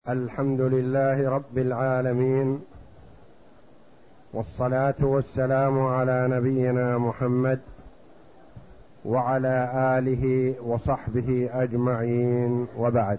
الحمد لله رب العالمين، والصلاة والسلام على نبينا محمد وعلى آله وصحبه أجمعين، وبعد.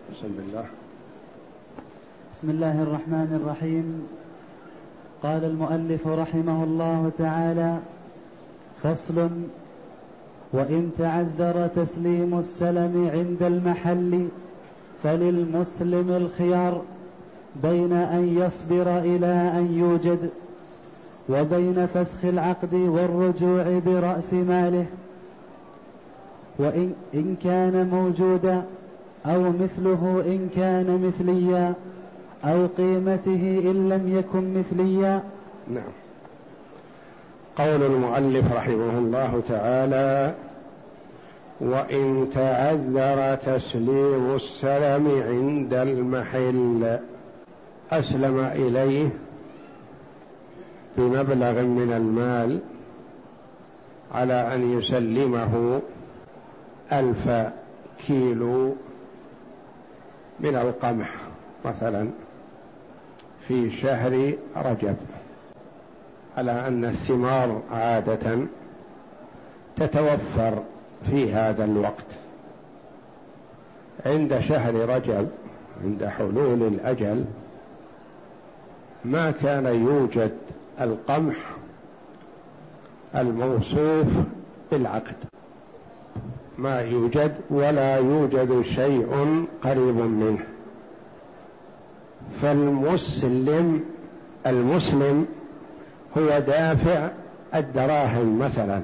بسم الله الرحمن الرحيم. قال المؤلف رحمه الله تعالى: فصل: وإن تعذر تسليم السلم عند المحل فللمسلم الخيار بين أن يصبر إلى أن يوجد وبين فسخ العقد والرجوع برأس ماله، وإن كان موجودا أو مثله إن كان مثليا أو قيمته إن لم يكن مثليا. نعم. قول المؤلف رحمه الله تعالى: وإن تعذر تسليم السلم عند المحل، أسلم إليه بمبلغ من المال على أن يسلمه 1000 كيلو من القمح مثلا في شهر رجب، على أن الثمار عادة تتوفر في هذا الوقت عند شهر رجب، عند حلول الأجل ما كان يوجد القمح الموصوف بالعقد، ما يوجد ولا يوجد شيء قريب منه. المسلم هو دافع الدراهم مثلا،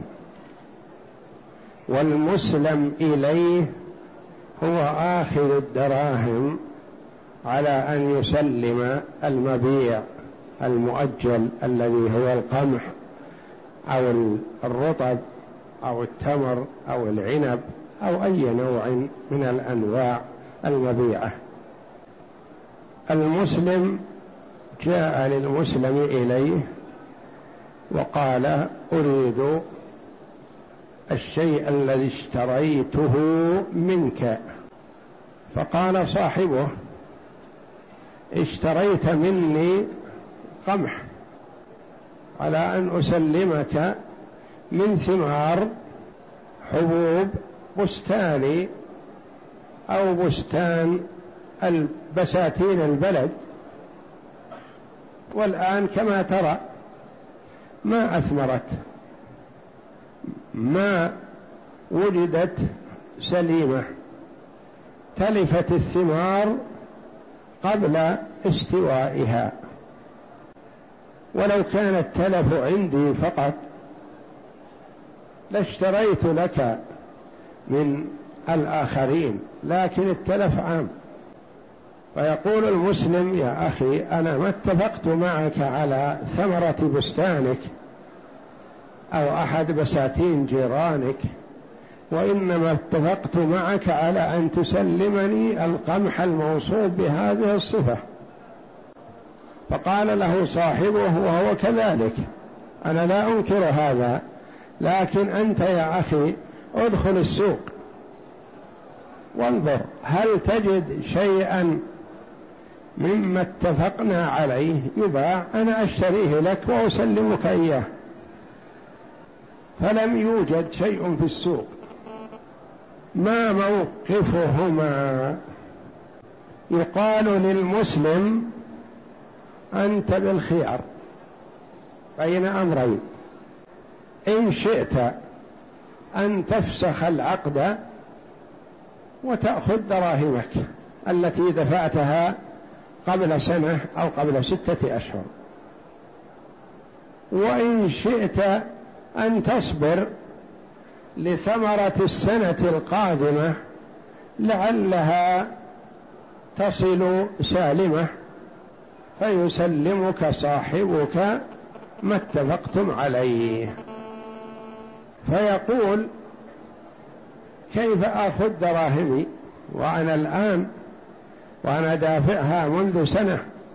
والمسلم إليه هو آخذ الدراهم على أن يسلم المبيع المؤجل الذي هو القمح أو الرطب أو التمر أو العنب أو أي نوع من الأنواع المبيعة. المسلم جاء للمسلم إليه وقال: أريد الشيء الذي اشتريته منك. فقال صاحبه: اشتريت مني قمح على أن أسلمك من ثمار حبوب بستاني أو بستان بساتين البلد، والآن كما ترى ما أثمرت، ما وجدت سليمة، تلفت الثمار قبل استوائها، ولو كان التلف عندي فقط لاشتريت لك من الآخرين، لكن التلف عام. فيقول المسلم: يا أخي، أنا ما اتفقت معك على ثمرة بستانك أو أحد بساتين جيرانك، وإنما اتفقت معك على أن تسلمني القمح الموصوف بهذه الصفة. فقال له صاحبه: وهو كذلك، أنا لا أنكر هذا، لكن أنت يا أخي ادخل السوق وانظر هل تجد شيئا مما اتفقنا عليه يباع، أنا أشتريه لك وأسلمك إياه. فلم يوجد شيء في السوق. ما موقفهما؟ يقال للمسلم: أنت بالخيار بين أمرين، إن شئت أن تفسخ العقد وتأخذ دراهمك التي دفعتها قبل سنة أو قبل 6 أشهر، وإن شئت أن تصبر لثمرة السنة القادمة لعلها تصل سالمة، فيسلمك صاحبك ما اتفقتم عليه. فيقول: كيف آخذ دراهمي وأنا الآن وأنا دافعها منذ سنة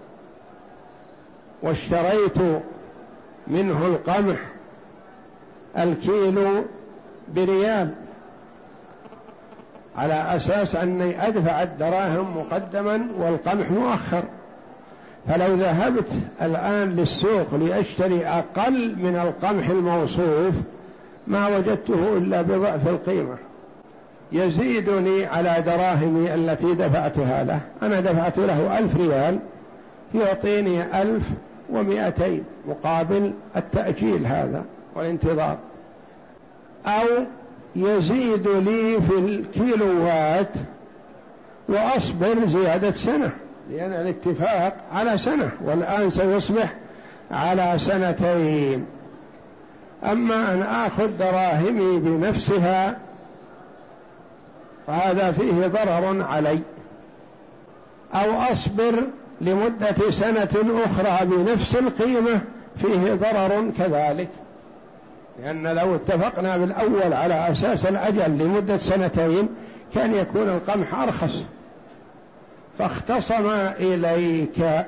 واشتريت منه القمح الكيلو بريال، على أساس أني أدفع الدراهم مقدما والقمح مؤخر، فلو ذهبت الآن للسوق لأشتري أقل من القمح الموصوف ما وجدته إلا بضعف القيمة، يزيدني على دراهمي التي دفعتها له. أنا دفعت له 1000 ريال، يعطيني 1200 مقابل التأجيل هذا والانتظار، أو يزيد لي في الكيلوات وأصبر زيادة سنة، لأن الاتفاق على سنة والآن سيصبح على 2 سنين. أما أن آخذ دراهمي بنفسها فهذا فيه ضرر علي، أو أصبر لمدة سنة أخرى بنفس القيمة فيه ضرر كذلك، لأن لو اتفقنا بالأول على أساس الأجل لمدة 2 كان يكون القمح أرخص، فاختصم إليك.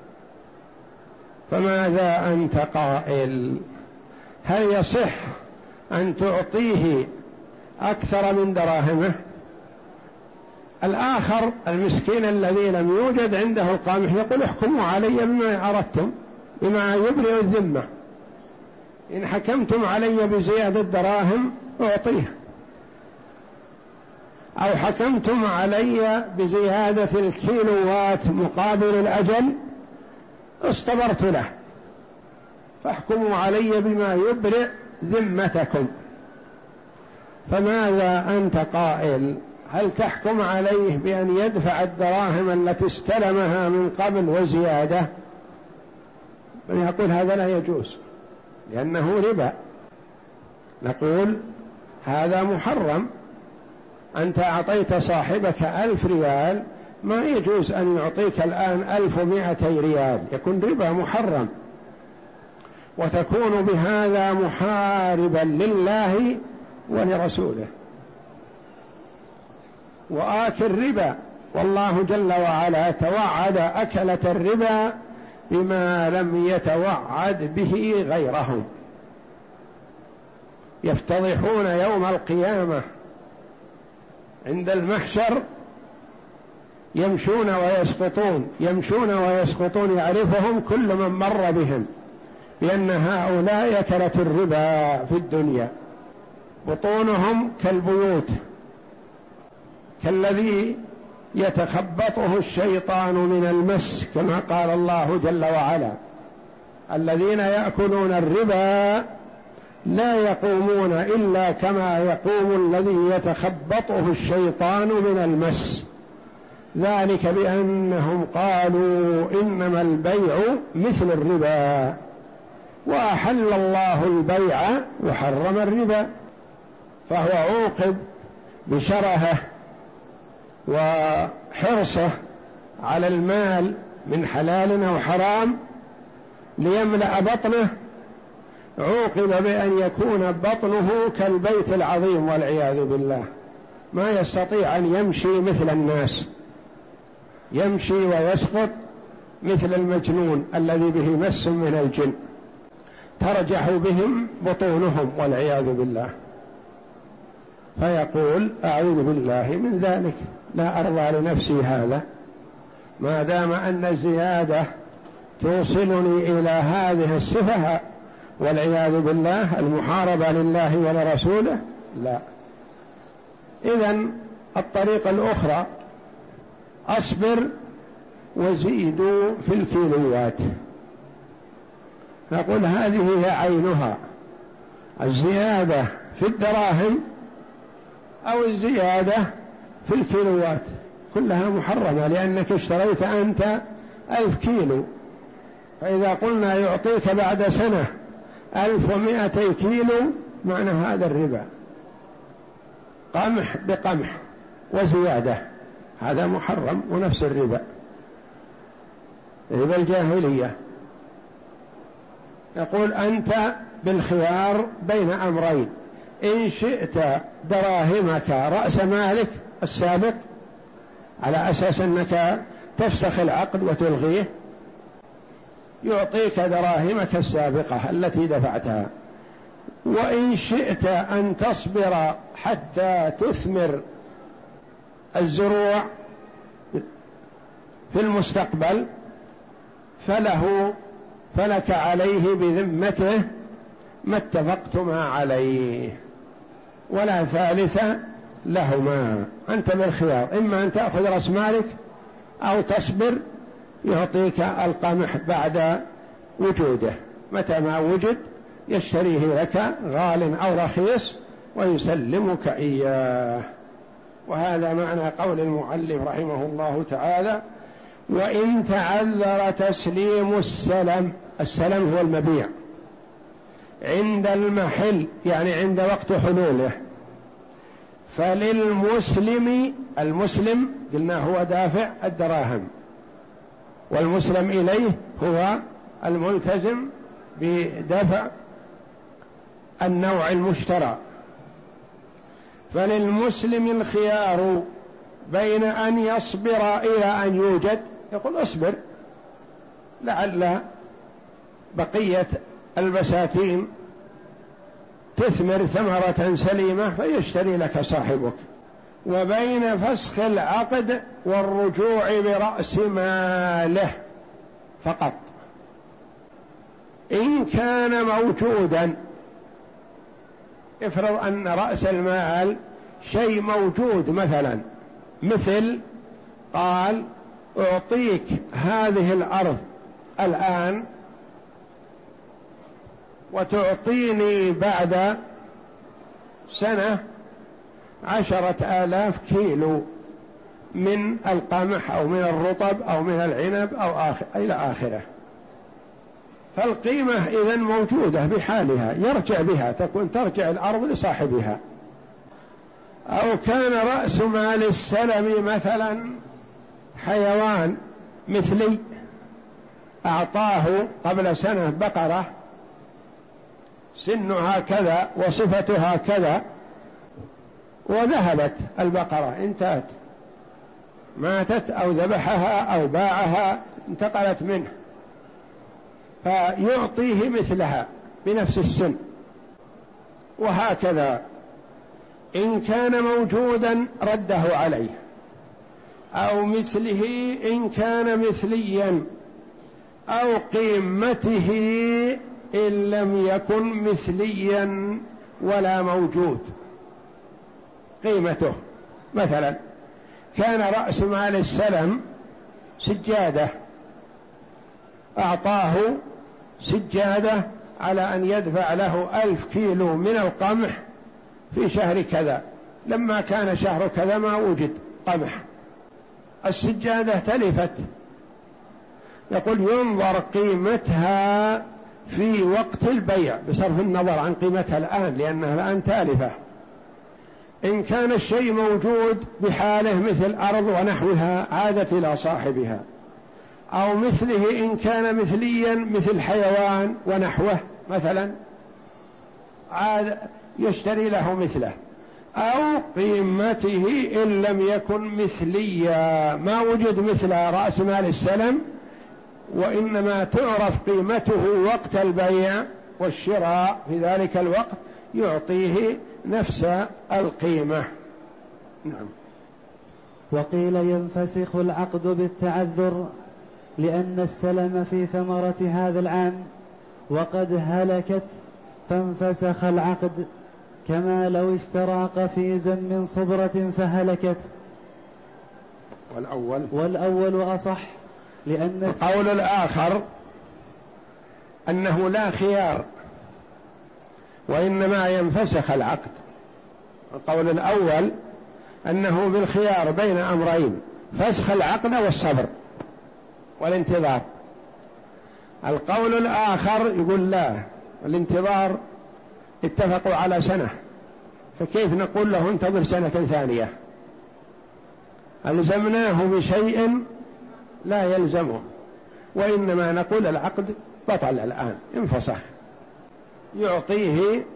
فماذا أنت قائل؟ هل يصح أن تعطيه أكثر من دراهمه؟ الآخر المسكين الذي لم يوجد عنده القمح يقول احكموا علي بما أردتم، بما يبرئ الذمة، إن حكمتم علي بزيادة دراهم أعطيه، أو حكمتم علي بزيادة الكيلوات مقابل الأجل اصطبرت له، فاحكموا علي بما يبرئ ذمتكم. فماذا أنت قائل؟ هل تحكم عليه بأن يدفع الدراهم التي استلمها من قبل وزيادة؟ من يقول هذا لا يجوز لأنه ربا. نقول هذا محرم، أنت أعطيت صاحبك 1000 ريال، ما يجوز أن يعطيك الآن 1200 ريال، يكون ربا محرم، وتكون بهذا محاربا لله ولرسوله وآكل ربا. والله جل وعلا توعد أكلة الربا بما لم يتوعد به غيرهم، يفتضحون يوم القيامة عند المحشر، يمشون ويسقطون يعرفهم كل من مر بهم بأن هؤلاء أكلة الربا في الدنيا، بطونهم كالبيوت، كالذي يتخبطه الشيطان من المس، كما قال الله جل وعلا: الذين يأكلون الربا لا يقومون إلا كما يقوم الذي يتخبطه الشيطان من المس، ذلك بأنهم قالوا إنما البيع مثل الربا وأحل الله البيع وحرم الربا. فهو عوقب بشرهه وحرصه على المال من حلال أو حرام ليملأ بطنه، عوقب بأن يكون بطنه كالبيت العظيم والعياذ بالله، ما يستطيع أن يمشي مثل الناس، يمشي ويسقط مثل المجنون الذي به مس من الجن، ترجح بهم بطونهم والعياذ بالله. فيقول: أعوذ بالله من ذلك، لا أرضى لنفسي هذا، ما دام أن الزيادة توصلني إلى هذه الصفة والعياذ بالله، المحاربة لله ولرسوله، لا. إذن الطريقة الأخرى: أصبر وزيدوا في الكيلوات. نقول هذه هي عينها، الزيادة في الدراهم أو الزيادة في الكيلوات، كلها محرمة، لأنك اشتريت أنت 1000 كيلو، فإذا قلنا يعطيك بعد سنة 1200 كيلو، معنى هذا الربا، قمح بقمح وزيادة، هذا محرم ونفس الربا، ربا الجاهلية. يقول: أنت بالخيار بين أمرين، إن شئت دراهمك رأس مالك السابق على أساس أنك تفسخ العقد وتلغيه، يعطيك دراهمك السابقة التي دفعتها، وإن شئت أن تصبر حتى تثمر الزروع في المستقبل فلك عليه بذمته ما اتفقتما عليه، ولا ثالث لهما. أنت بالخيار، إما أن تأخذ رأس مالك أو تصبر، يعطيك القمح بعد وجوده، متى ما وجد يشتريه لك غال أو رخيص ويسلمك إياه. وهذا معنى قول المؤلف رحمه الله تعالى: وإن تعذر تسليم السلم هو المبيع عند المحل، يعني عند وقت حلوله، فللمسلم، المسلم قلنا هو دافع الدراهم، والمسلم إليه هو الملتزم بدفع النوع المشترى، فللمسلم الخيار بين أن يصبر إلى أن يوجد، يقول اصبر لعل بقية البساتين تثمر ثمرة سليمة فيشتري لك صاحبك، وبين فسخ العقد والرجوع برأس ماله فقط. إن كان موجودا، افرض أن رأس المال شيء موجود، مثل قال: أعطيك هذه الأرض الآن وتعطيني بعد سنة 10,000 كيلو من القمح أو من الرطب أو من العنب أو إلى آخره. فالقيمة إذن موجودة بحالها، يرجع بها، ترجع الأرض لصاحبها. أو كان رأس مال السلم مثلا حيوان مثلي، أعطاه قبل سنة بقرة سنها كذا وصفتها كذا، وذهبت البقرة، انتهت، ماتت أو ذبحها أو باعها، انتقلت منه، فيعطيه مثلها بنفس السن. وهكذا إن كان موجودا رده عليه، أو مثله إن كان مثليا، أو قيمته إن لم يكن مثليا ولا موجود. قيمته مثلا كان رأس مال السلم سجادة، أعطاه سجادة على أن يدفع له 1000 كيلو من القمح في شهر كذا، لما كان شهر كذا ما وجد قمح، السجادة تلفت، يقول ينظر قيمتها في وقت البيع بصرف النظر عن قيمتها الآن، لأنها الآن تالفة. إن كان الشيء موجود بحاله مثل أرض ونحوها عادت إلى صاحبها، أو مثله إن كان مثليا مثل حيوان ونحوه مثلا عاد يشتري له مثله، أو قيمته إن لم يكن مثليا، ما وجد مثل رأس مال السلم، وإنما تعرف قيمته وقت البيع والشراء، في ذلك الوقت يعطيه نفس القيمة. نعم. وقيل ينفسخ العقد بالتعذر، لأن السلم في ثمرة هذا العام وقد هلكت فانفسخ العقد، كما لو اشترى قفيزا من صبرة فهلكت. والأول أصح، لأن القول الآخر أنه لا خيار وإنما ينفسخ العقد. القول الأول أنه بالخيار بين أمرين: فسخ العقد والصبر والانتظار. القول الآخر يقول لا، الانتظار اتفقوا على سنة، فكيف نقول له انتظر سنة ثانية؟ ألزمناه بشيء لا يلزمه، وإنما نقول العقد بطل الآن، انفسخ. يعطيه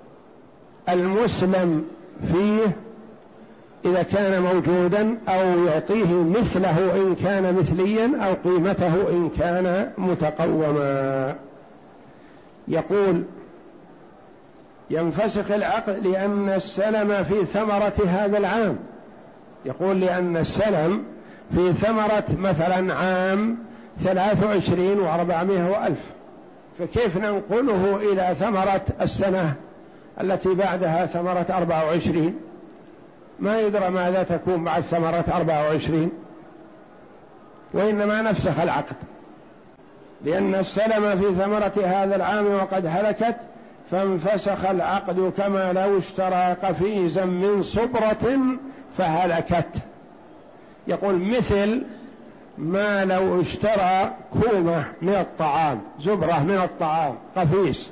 المسلم فيه إذا كان موجودا، أو يعطيه مثله إن كان مثليا، أو قيمته إن كان متقوما. يقول ينفسخ العقد لأن السلم في ثمرة هذا العام، يقول لأن السلم في ثمرة مثلا عام 23 و400 وألف، فكيف ننقله إلى ثمرة السنة التي بعدها ثمرة 24؟ ما يدرى ماذا تكون بعد ثمرة 24، وإنما نفسخ العقد، لأن السلم في ثمرة هذا العام وقد هلكت، فانفسخ العقد كما لو اشترى قفيزا من صبرة فهلكت. يقول مثل ما لو اشترى كومة من الطعام، زبرة من الطعام، قفيز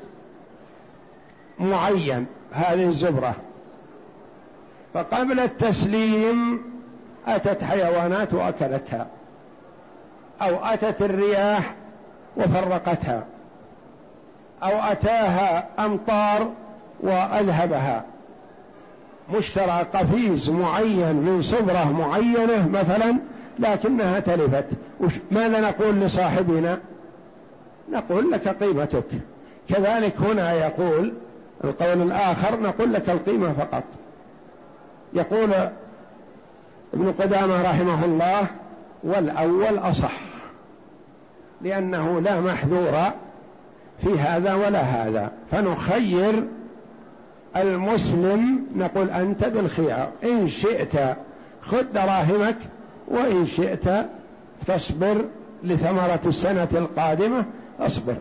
معين، هذه الزبرة، فقبل التسليم أتت حيوانات وأكلتها، أو أتت الرياح وفرقتها، أو أتاها أمطار وأذهبها. مشترى قفيز معين من صبرة معينة مثلا، لكنها تلفت، ماذا نقول لصاحبنا؟ نقول لك قيمتك. كذلك هنا يقول القول الآخر، نقول لك القيمة فقط. يقول ابن قدامة رحمه الله: والأول أصح، لأنه لا محذور في هذا ولا هذا، فنخير المسلم، نقول أنت بالخيار، إن شئت خذ دراهمك، وإن شئت تصبر لثمرة السنة القادمة اصبر،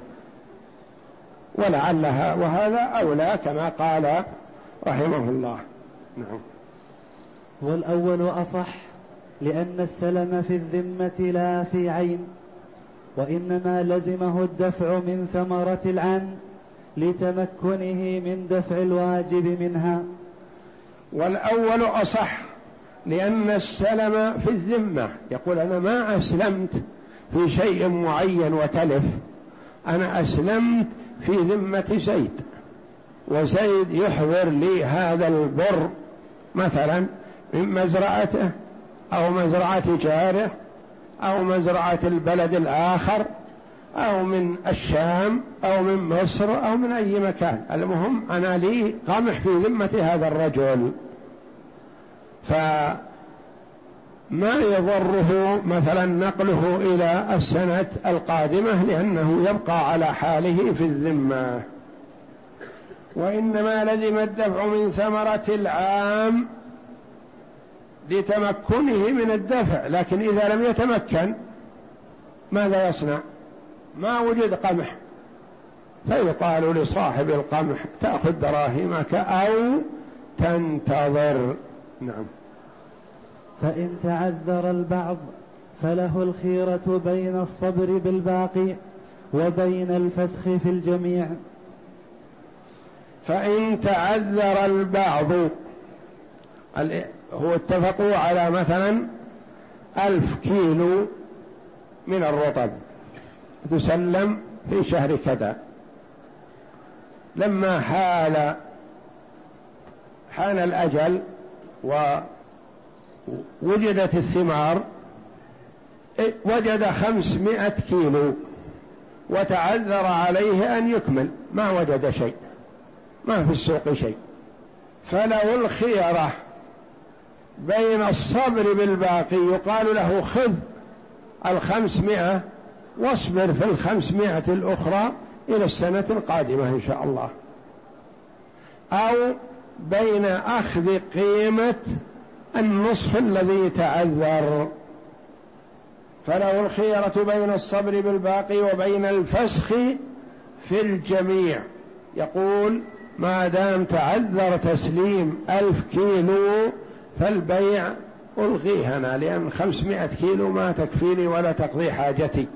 ولعلها وهذا أولى كما قال رحمه الله. نعم. والأول أصح، لأن السلم في الذمة لا في عين، وإنما لزمه الدفع من ثمرة العام لتمكنه من دفع الواجب منها. والأول أصح، لأن السلم في الذمة. يقول أنا ما أسلمت في شيء معين وتلف، أنا أسلمت في ذمة زيد، وزيد يحضر لي هذا البر مثلا من مزرعته أو مزرعة جاره أو مزرعة البلد الآخر أو من الشام أو من مصر أو من أي مكان، المهم أنا لي قمح في ذمة هذا الرجل، فما يضره مثلا نقله إلى السنة القادمة، لأنه يبقى على حاله في الذمة. وإنما لزم الدفع من ثمرة العام لتمكنه من الدفع، لكن إذا لم يتمكن ماذا يصنع؟ ما وجد قمح، فيقال لصاحب القمح تأخذ دراهمك أو تنتظر. نعم. فإن تعذر البعض فله الخيرة بين الصبر بالباقي وبين الفسخ في الجميع. فإن تعذر البعض، هو اتفقوا على مثلا 1000 كيلو من الرطب تسلم في شهر كذا، لما حان الأجل ووجدت الثمار، وجد 500 كيلو وتعذر عليه أن يكمل، ما وجد شيء، ما في السوق شيء، فله الخيرة بين الصبر بالباقي، يقال له خذ 500 واصبر في 500 الأخرى إلى السنة القادمة إن شاء الله، أو بين أخذ قيمة النصف الذي تعذر، فله الخيرة بين الصبر بالباقي وبين الفسخ في الجميع. يقول ما دام تعذر تسليم 1000 كيلو فالبيع ألغيه أنا، لأن 500 كيلو ما تكفيني ولا تقضي حاجتي،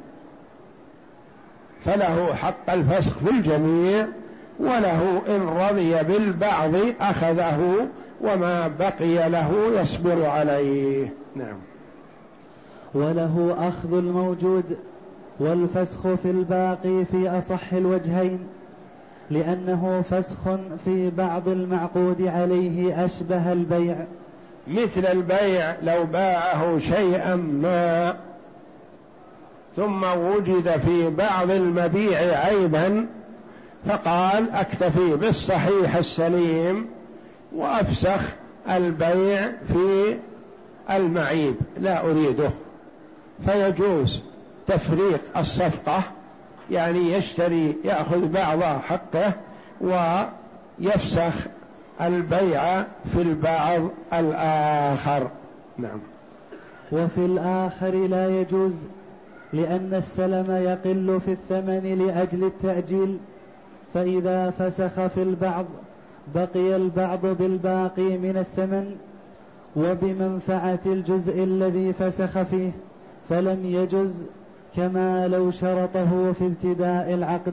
فله حق الفسخ في الجميع، وله إن رضي بالبعض أخذه، وما بقي له يصبر عليه. نعم. وله أخذ الموجود والفسخ في الباقي في أصح الوجهين، لأنه فسخ في بعض المعقود عليه أشبه البيع، مثل البيع لو باعه شيئا ما ثم وجد في بعض المبيع عيبا فقال أكتفي بالصحيح السليم وأفسخ البيع في المعيب لا أريده، فيجوز تفريق الصفقة، يعني يشتري يأخذ بعض حقه ويفسخ البيع في البعض الآخر. نعم. وفي الآخر لا يجوز، لأن السلم يقل في الثمن لأجل التأجيل، فإذا فسخ في البعض بقي البعض بالباقي من الثمن وبمنفعة الجزء الذي فسخ فيه، فلم يجز كما لو شرطه في ابتداء العقد.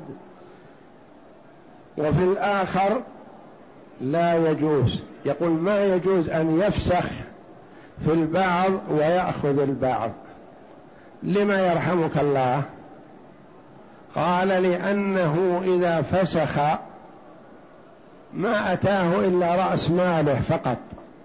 وفي الآخر لا يجوز، يقول ما يجوز أن يفسخ في البعض ويأخذ البعض. لما يرحمك الله؟ قال لأنه إذا فسخ ما أتاه إلا رأس ماله فقط،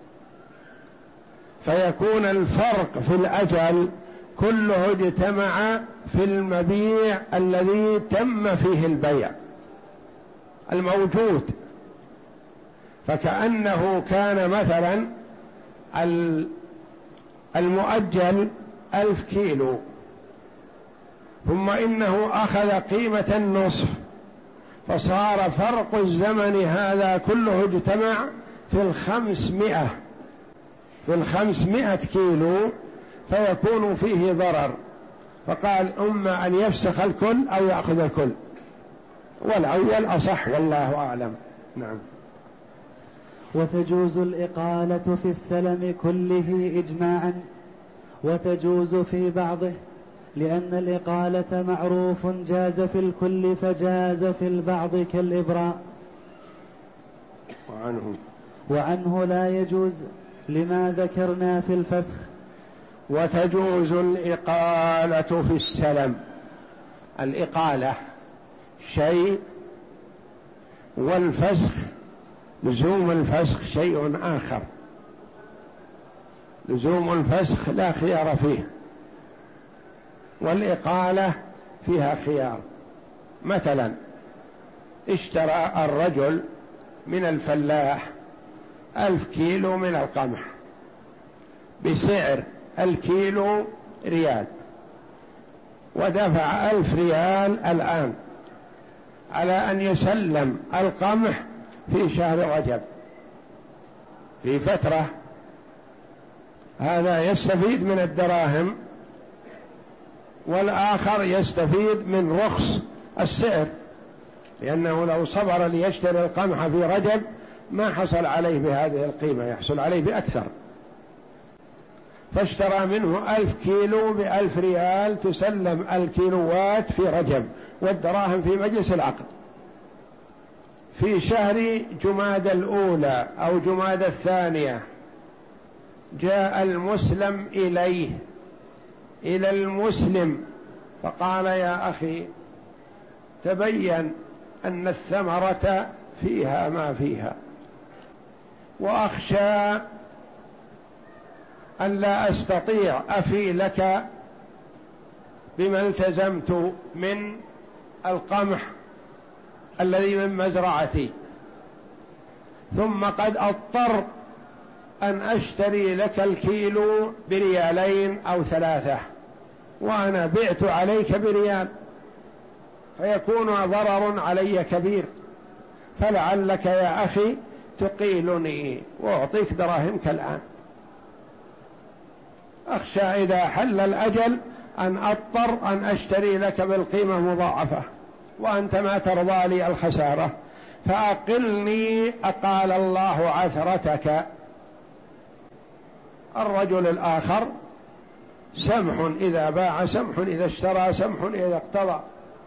فيكون الفرق في الأجل كله اجتمع في المبيع الذي تم فيه البيع الموجود، فكأنه كان مثلا المؤجل 1000 كيلو، ثم إنه أخذ قيمة النصف، فصار فرق الزمن هذا كله اجتمع في 500 كيلو، فيكون فيه ضرر، فقال إما أن يفسخ الكل أو يأخذ الكل، والأول أصح والله أعلم. نعم. وتجوز الإقالة في السلم كله إجماعا، وتجوز في بعضه، لأن الإقالة معروف جاز في الكل فجاز في البعض كالإبراء. وعنه لا يجوز لما ذكرنا في الفسخ. وتجوز الإقالة في السلم. الإقالة شيء، والفسخ لزوم الفسخ شيء آخر. لزوم الفسخ لا خيار فيه، والإقالة فيها خيار. مثلا اشترى الرجل من الفلاح 1000 كيلو من القمح بسعر الكيلو ريال، ودفع 1000 ريال الآن على أن يسلم القمح في شهر رجب في فترة، هذا يستفيد من الدراهم والآخر يستفيد من رخص السعر، لأنه لو صبر ليشتري القمح في رجب ما حصل عليه بهذه القيمة، يحصل عليه بأكثر، فاشترى منه 1000 كيلو ب1000 ريال، تسلم الكيلوات في رجب والدراهم في مجلس العقد. في شهر جماد الأولى أو جماد الثانية جاء المسلم إلى المسلم فقال يا أخي تبين أن الثمرة فيها ما فيها، وأخشى أن لا أستطيع أفي لك بما التزمت من القمح الذي من مزرعتي، ثم قد أضطر أن أشتري لك الكيلو بريالين أو 3، وأنا بعت عليك بريال، فيكون ضرر علي كبير، فلعلك يا أخي تقيلني وأعطيك دراهمك الآن. أخشى إذا حل الأجل أن أضطر أن أشتري لك بالقيمة مضاعفة وأنت ما ترضى لي الخسارة، فأقلني أقال الله عثرتك. الرجل الآخر سمح إذا باع، سمح إذا اشترى، سمح إذا اقتضى،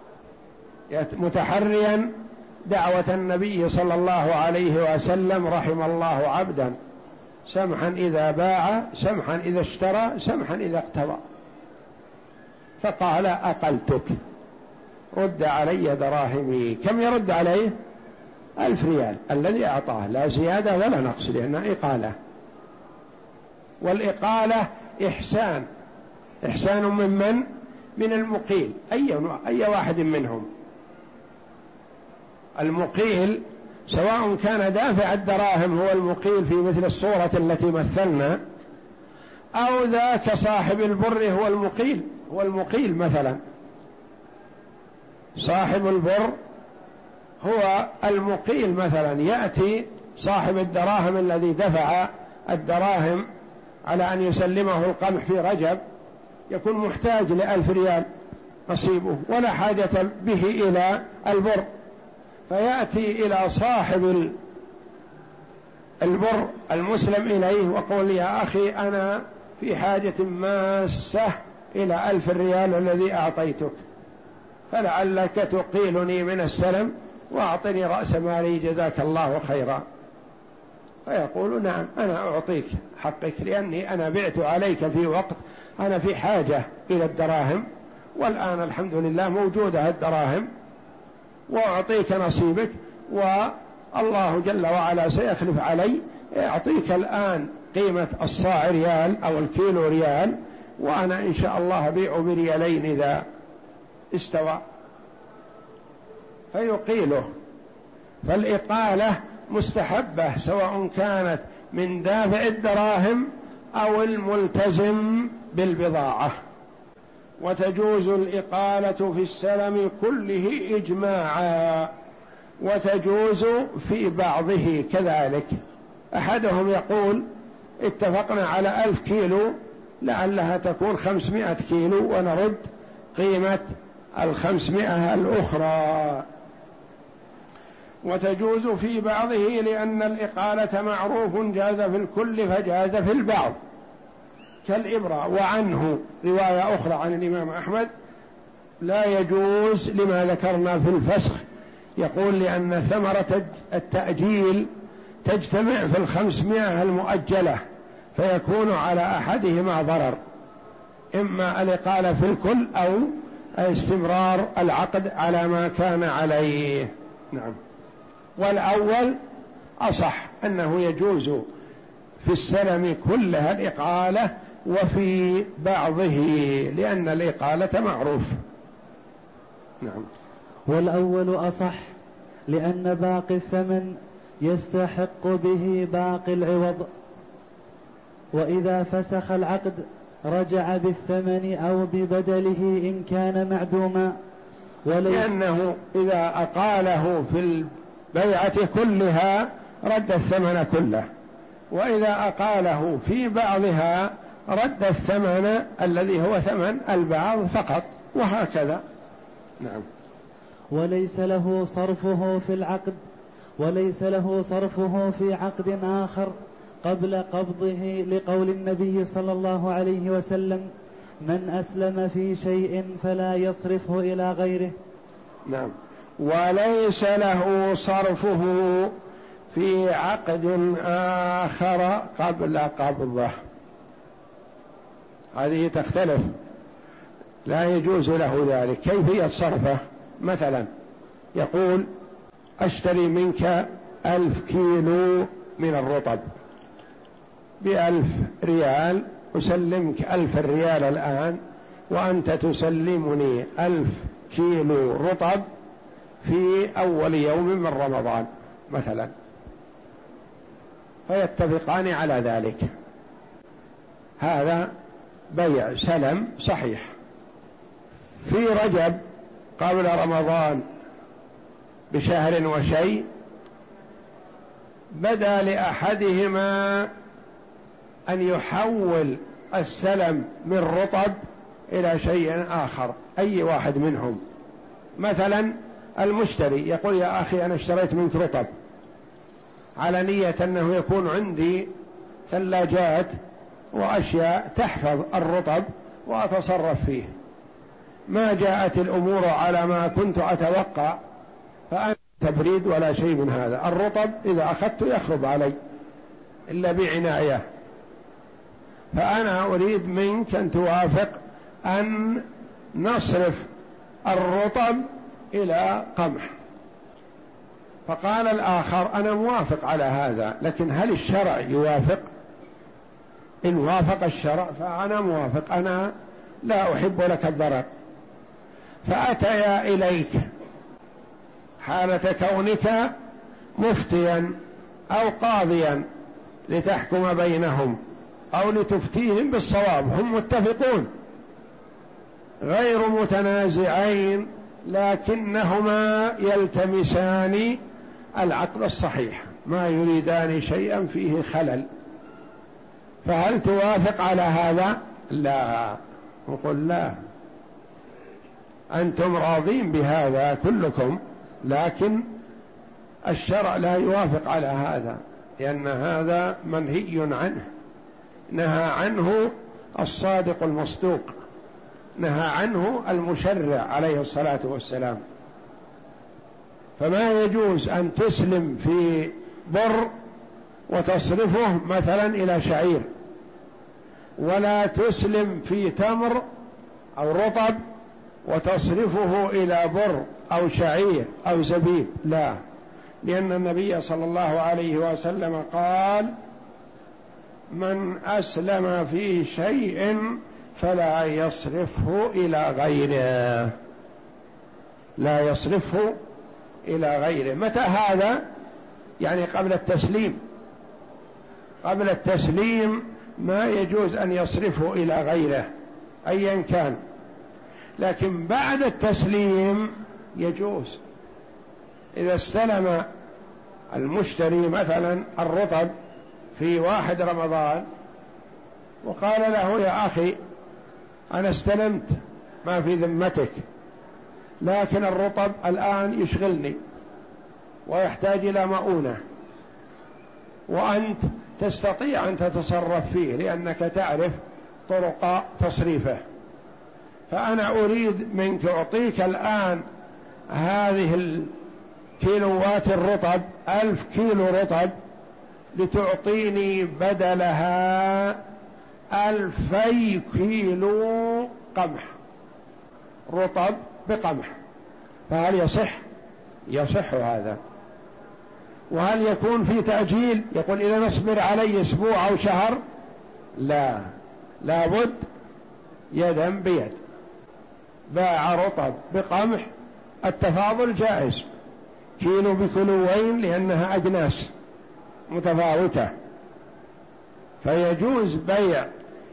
متحريا دعوة النبي صلى الله عليه وسلم رحم الله عبدا سمحا إذا باع، سمحا إذا اشترى، سمحا إذا اقتضى، فقال أقلتك، رد علي دراهمي. كم يرد عليه؟ 1000 ريال الذي أعطاه، لا زيادة ولا نقص، لأنها إقالة. والإقالة إحسان من المقيل، أي واحد منهم. المقيل سواء كان دافع الدراهم هو المقيل في مثل الصورة التي مثلنا، أو ذاك صاحب البر هو المقيل مثلا، صاحب البر هو المقيل مثلا، يأتي صاحب الدراهم الذي دفع الدراهم على أن يسلمه القمح في رجب، يكون محتاج ل1,000 ريال نصيبه ولا حاجة به إلى البر، فيأتي إلى صاحب البر المسلم إليه وقول يا أخي أنا في حاجة ماسة إلى 1,000 ريال الذي أعطيتك، فلعلك تقيلني من السلم وأعطني رأس مالي جزاك الله خيرا. فيقول نعم أنا أعطيك حقك، لأني أنا بعت عليك في وقت أنا في حاجة إلى الدراهم، والآن الحمد لله موجودة الدراهم، وأعطيك نصيبك، والله جل وعلا سيخلف علي، يعطيك الآن قيمة الصاع ريال أو الكيلو ريال، وأنا إن شاء الله أبيع بريالين إذا استوى، فيقيله. فالإقالة مستحبة سواء كانت من دافع الدراهم أو الملتزم بالبضاعة. وتجوز الإقالة في السلم كله إجماعا، وتجوز في بعضه كذلك. أحدهم يقول اتفقنا على 1000 كيلو لعلها تكون 500 كيلو ونرد قيمة 500 الأخرى. وتجوز في بعضه لأن الإقالة معروف جاز في الكل فجاز في البعض كالإبرة. وعنه رواية أخرى عن الإمام أحمد لا يجوز لما ذكرنا في الفسخ، يقول لأن ثمرة التأجيل تجتمع في 500 المؤجلة، فيكون على أحدهما ضرر، إما الإقالة في الكل أو استمرار العقد على ما كان عليه. نعم. والأول أصح أنه يجوز في السلم كلها الإقالة وفي بعضه لأن الإقالة معروف. نعم. والأول أصح لأن باقي الثمن يستحق به باقي العوض، وإذا فسخ العقد رجع بالثمن أو ببدله إن كان معدوما. لأنه إذا أقاله في البيعة كلها رد الثمن كله، وإذا أقاله في بعضها رد الثمن الذي هو ثمن البعض فقط، وهكذا. نعم. وليس له صرفه في العقد، وليس له صرفه في عقد آخر قبل قبضه، لقول النبي صلى الله عليه وسلم: من أسلم في شيء فلا يصرفه إلى غيره. نعم. وليس له صرفه في عقد آخر قبل قبضه، هذه تختلف، لا يجوز له ذلك. كيفية صرفه؟ مثلا يقول أشتري منك 1000 كيلو من الرطب ب1,000 ريال، أسلمك 1000 ريال الآن، وأنت تسلمني 1000 كيلو رطب في أول يوم من رمضان مثلا، فيتفقان على ذلك. هذا بيع سلم صحيح. في رجب قبل رمضان بشهر وشيء بدا لأحدهما أن يحول السلم من رطب إلى شيء آخر، أي واحد منهم. مثلا المشتري يقول يا أخي أنا اشتريت منك رطب على نية أنه يكون عندي ثلاجات وأشياء تحفظ الرطب وأتصرف فيه، ما جاءت الأمور على ما كنت أتوقع، فأنا تبريد ولا شيء من هذا، الرطب إذا أخذت يخرب علي إلا بعناية، فأنا أريد منك أن توافق أن نصرف الرطب إلى قمح. فقال الآخر أنا موافق على هذا، لكن هل الشرع يوافق؟ إن وافق الشرع فأنا موافق، أنا لا أحب لك الضرر. فأتيا إليك حالة كونك مفتيا أو قاضيا لتحكم بينهم، أو لتفتيهم بالصواب، هم متفقون غير متنازعين، لكنهما يلتمسان العقل الصحيح، ما يريدان شيئا فيه خلل. فهل توافق على هذا؟ لا، نقول لا، أنتم راضين بهذا كلكم، لكن الشرع لا يوافق على هذا، لأن هذا منهي عنه، نهى عنه الصادق المصدوق، نهى عنه المشرع عليه الصلاة والسلام. فما يجوز أن تسلم في بر وتصرفه مثلا إلى شعير، ولا تسلم في تمر أو رطب وتصرفه إلى بر أو شعير أو زبيب، لا، لأن النبي صلى الله عليه وسلم قال: من أسلم في شيء فلا يصرفه إلى غيره، لا يصرفه إلى غيره. متى هذا؟ يعني قبل التسليم، قبل التسليم ما يجوز أن يصرفه إلى غيره أيا كان، لكن بعد التسليم يجوز. إذا استلم المشتري مثلا الرطب في 1 رمضان وقال له: يا أخي أنا استلمت ما في ذمتك، لكن الرطب الآن يشغلني ويحتاج إلى مؤونة، وأنت تستطيع أن تتصرف فيه لأنك تعرف طرق تصريفه، فأنا أريد منك أعطيك الآن هذه الكيلوات الرطب، 1000 كيلو رطب، لتعطيني بدلها 2000 كيلو قمح، رطب بقمح. فهل يصح؟ يصح هذا. وهل يكون في تأجيل؟ يقول إذا نصبر علي أسبوع أو شهر؟ لا، لابد يدا بيد. باع رطب بقمح، التفاضل جائز، كيلو بكيلوين لأنها أجناس متفاوتة، فيجوز بيع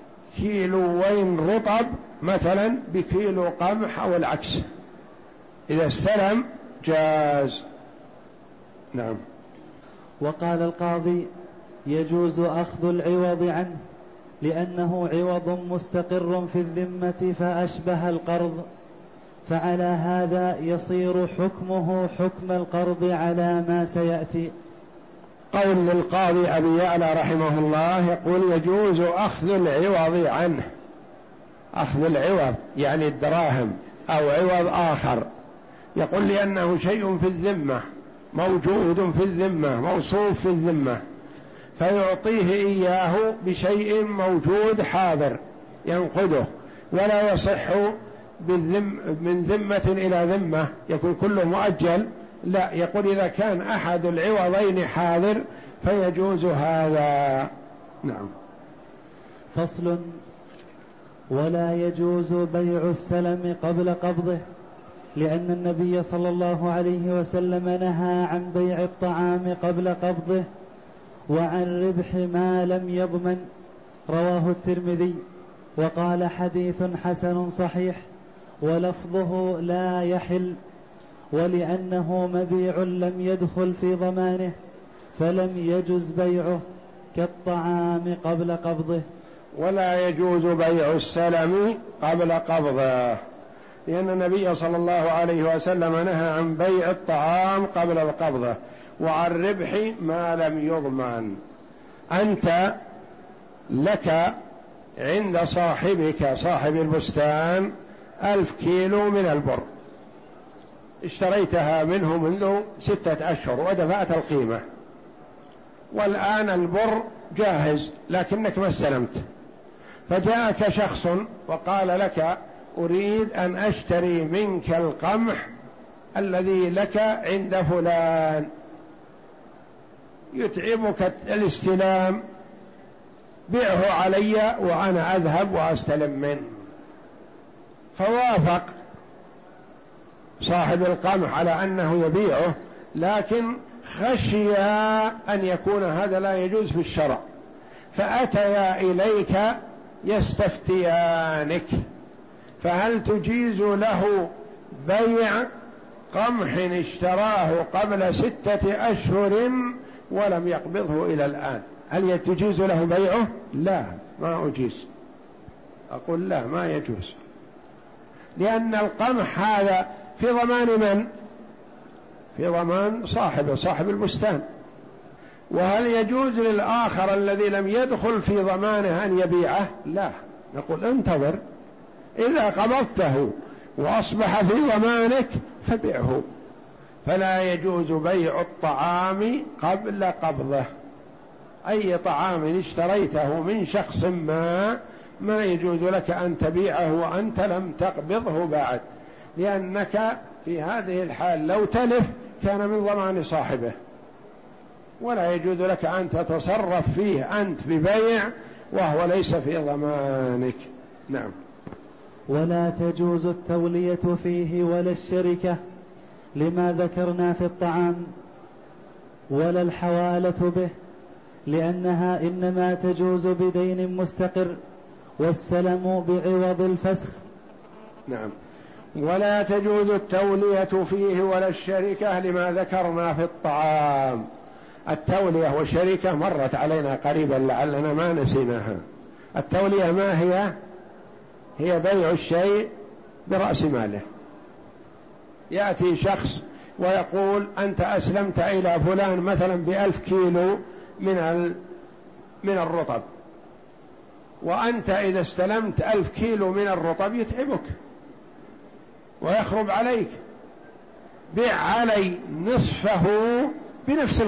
كيلوين رطب مثلا بكيلو قمح أو العكس، إذا استلم جاز. نعم. وقال القاضي: يجوز أخذ العوض عنه لأنه عوض مستقر في الذمة فأشبه القرض، فعلى هذا يصير حكمه حكم القرض على ما سيأتي. قول للقاضي أبي يعلى رحمه الله يقول: يجوز أخذ العوض عنه. أخذ العوض يعني الدراهم أو عوض آخر، يقول لأنه شيء في الذمة، موجود في الذمة، موصوف في الذمة، فيعطيه إياه بشيء موجود حاضر ينقذه، ولا يصح من ذمة إلى ذمة يكون كله مؤجل، لا، يقول إذا كان أحد العوضين حاضر فيجوز هذا. نعم. فصل: ولا يجوز بيع السلم قبل قبضه، لأن النبي صلى الله عليه وسلم نهى عن بيع الطعام قبل قبضه وعن ربح ما لم يضمن. رواه الترمذي وقال: حديث حسن صحيح، ولفظه لا يحل، ولأنه مبيع لم يدخل في ضمانه فلم يجز بيعه كالطعام قبل قبضه. ولا يجوز بيع السلم قبل قبضه، لأن النبي صلى الله عليه وسلم نهى عن بيع الطعام قبل القبضة وعن ربح ما لم يضمن. أنت لك عند صاحبك صاحب البستان 1000 كيلو من البر، اشتريتها منه منذ 6 أشهر ودفعت القيمة، والآن البر جاهز لكنك ما استلمت، فجاءك شخص وقال لك: أريد أن أشتري منك القمح الذي لك عند فلان، يتعبك الاستلام، بيعه علي وأنا أذهب وأستلم منه. فوافق صاحب القمح على أنه يبيعه، لكن خشي أن يكون هذا لا يجوز في الشرع، فأتيا إليك يستفتيانك، فهل تجيز له بيع قمح اشتراه قبل 6 أشهر ولم يقبضه إلى الآن؟ هل تجيز له بيعه؟ لا، ما أجيز. أقول لا، ما يجوز، لأن القمح هذا في ضمان من؟ في ضمان صاحب البستان. وهل يجوز للآخر الذي لم يدخل في ضمانه أن يبيعه؟ لا، نقول انتظر، إذا قبضته وأصبح في ضمانك فبيعه. فلا يجوز بيع الطعام قبل قبضه. أي طعام اشتريته من شخص ما يجوز لك أن تبيعه وأنت لم تقبضه بعد، لأنك في هذه الحال لو تلف كان من ضمان صاحبه، ولا يجوز لك أن تتصرف فيه أنت ببيع وهو ليس في ضمانك. نعم. ولا تجوز التولية فيه ولا الشركة لما ذكرنا في الطعام، ولا الحوالة به، لأنها إنما تجوز بدين مستقر، والسلم بعوض الفسخ. نعم. ولا تجوز التولية فيه ولا الشركة لما ذكرنا في الطعام. التولية والشركة مرت علينا قريبا لعلنا ما نسيناها. التولية ما هي؟ هي بيع الشيء برأس ماله. يأتي شخص ويقول أنت أسلمت إلى فلان مثلا ب1000 كيلو من الرطب، وأنت إذا استلمت 1000 كيلو من الرطب يتعبك ويخرب عليك، بيع علي نصفه بنفس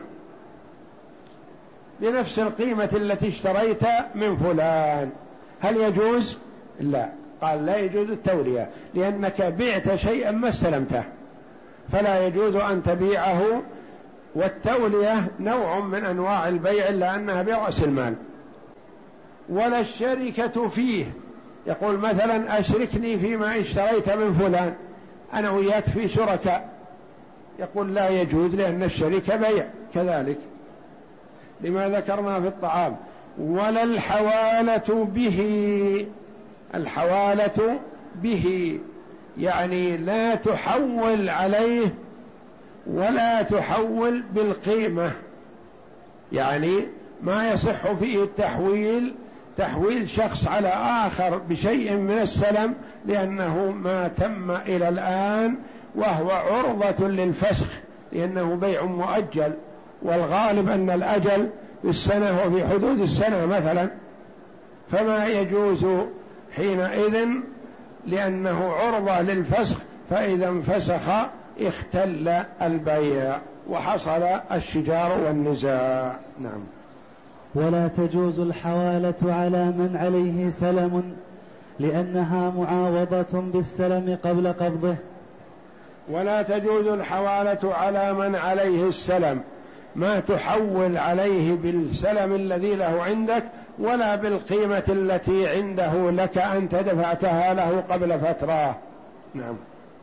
القيمة التي اشتريت من فلان. هل يجوز؟ لا. قال لا يجوز التولية، لأنك بعت شيئا ما استلمته، فلا يجوز أن تبيعه. والتولية نوع من أنواع البيع لأنها برأس المال. ولا الشركة فيه، يقول مثلا أشركني فيما اشتريت من فلان، أنا وياك في شركاء، يقول لا يجوز، لأن الشركة بيع كذلك لما ذكرنا في الطعام. ولا الحوالة به. الحوالة به يعني لا تحول عليه ولا تحول بالقيمة، يعني ما يصح فيه تحويل شخص على آخر بشيء من السلم، لأنه ما تم إلى الآن وهو عرضة للفسخ، لأنه بيع مؤجل، والغالب أن الأجل بالسنة وفي حدود السنة مثلا، فما يجوز حينئذ لأنه عرضة للفسخ، فإذا انفسخ اختل البيع وحصل الشجار والنزاع. نعم. ولا تجوز الحوالة على من عليه سلم، لأنها معاوضة بالسلم قبل قبضه. ولا تجوز الحوالة على من عليه السلم، ما تحول عليه بالسلم الذي له عندك ولا بالقيمة التي عنده لك أنت دفعتها له قبل فترة. نعم.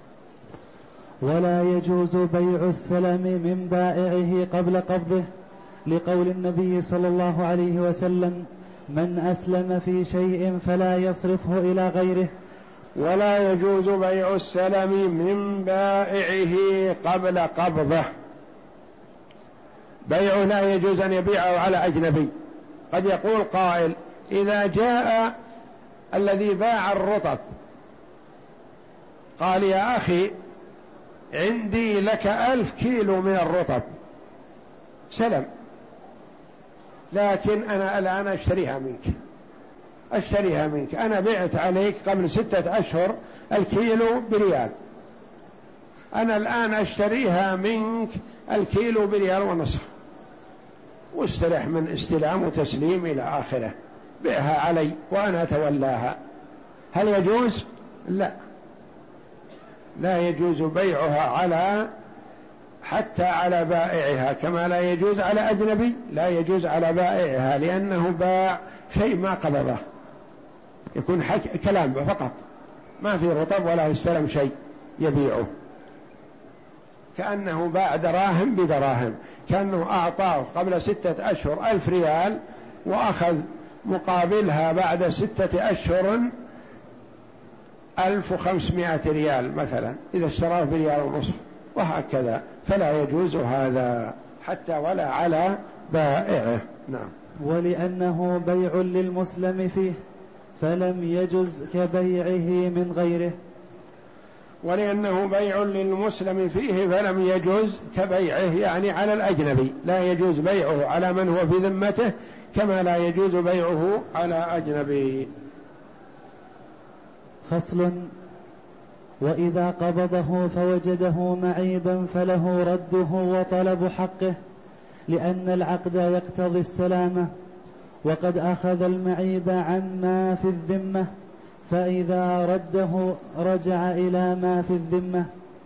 ولا يجوز بيع السلم من بائعه قبل قبضه، لقول النبي صلى الله عليه وسلم: من أسلم في شيء فلا يصرفه إلى غيره. ولا يجوز بيع السلم من بائعه قبل قبضه. بيعه لا يجوز أن يبيعه على أجنبي. قد يقول قائل: إذا جاء الذي باع الرطب قال: يا أخي عندي لك 1000 كيلو من الرطب سلم، لكن أنا الآن أشتريها منك، أنا بعت عليك قبل 6 أشهر الكيلو بريال، أنا الآن أشتريها منك الكيلو بريال ونصف، واسترح من استلام وتسليم إلى آخره، بيعها علي وأنا أتولاها. هل يجوز؟ لا يجوز بيعها حتى على بائعها، كما لا يجوز على أجنبي لا يجوز على بائعها، لأنه باع شيء ما قبضه، يكون كلام فقط، ما في رطب ولا يستلم شيء يبيعه، كأنه باع دراهم بدراهم، كأنه أعطاه قبل 6 أشهر 1000 ريال وأخذ مقابلها بعد 6 أشهر 1500 ريال مثلا، إذا اشتراه ب1.5 وهكذا، فلا يجوز هذا حتى ولا على بائعه. نعم. ولأنه بيع للمسلم فيه فلم يجز كبيعه من غيره. ولأنه بيع للمسلم فيه فلم يجوز كبيعه، يعني على الأجنبي لا يجوز بيعه على من هو في ذمته كما لا يجوز بيعه على أجنبي. فصل: وإذا قبضه فوجده معيبا فله رده وطلب حقه، لأن العقد يقتضي السلامة، وقد أخذ المعيب عما في الذمة، فإذا رده رجع إلى ما في الذمة.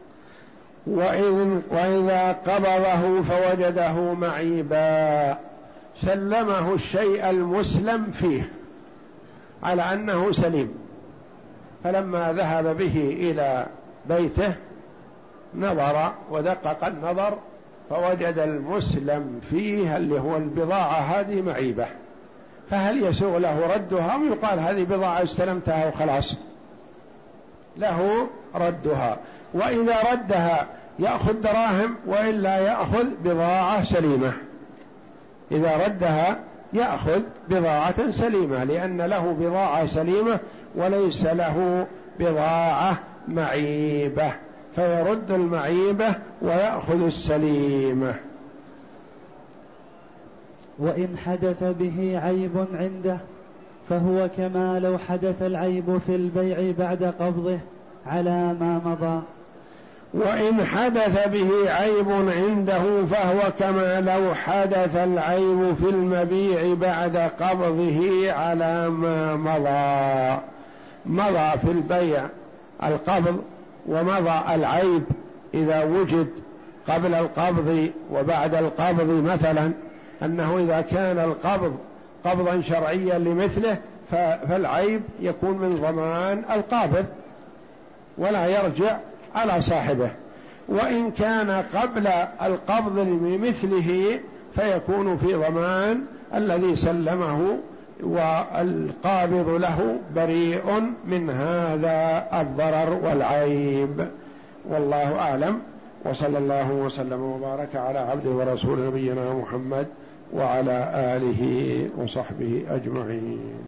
وإذا قبضه فوجده معيبا، سلمه الشيء المسلم فيه على أنه سليم، فلما ذهب به إلى بيته نظر ودقق النظر فوجد المسلم فيه اللي هو البضاعة هذه معيبة، فهل يسوغ له ردها أم يقال هذه بضاعة استلمتها وخلاص؟ له ردها، وإذا ردها يأخذ دراهم وإلا يأخذ بضاعة سليمة. إذا ردها يأخذ بضاعة سليمة، لأن له بضاعة سليمة وليس له بضاعة معيبة، فيرد المعيبة ويأخذ السليمة. وإن حدث به عيب عنده فهو كما لو حدث العيب في البيع بعد قبضه على ما مضى. وإن حدث به عيب عنده فهو كما لو حدث العيب في المبيع بعد قبضه على ما مضى. مضى في البيع القبض ومضى العيب إذا وجد قبل القبض وبعد القبض، مثلا أنه إذا كان القبض قبضا شرعيا لمثله فالعيب يكون من ضمان القابض ولا يرجع على صاحبه، وإن كان قبل القبض لمثله فيكون في ضمان الذي سلمه، والقابض له بريء من هذا الضرر والعيب. والله أعلم، وصلى الله وسلم وبارك على عبده ورسول نبينا محمد وعلى آله وصحبه أجمعين.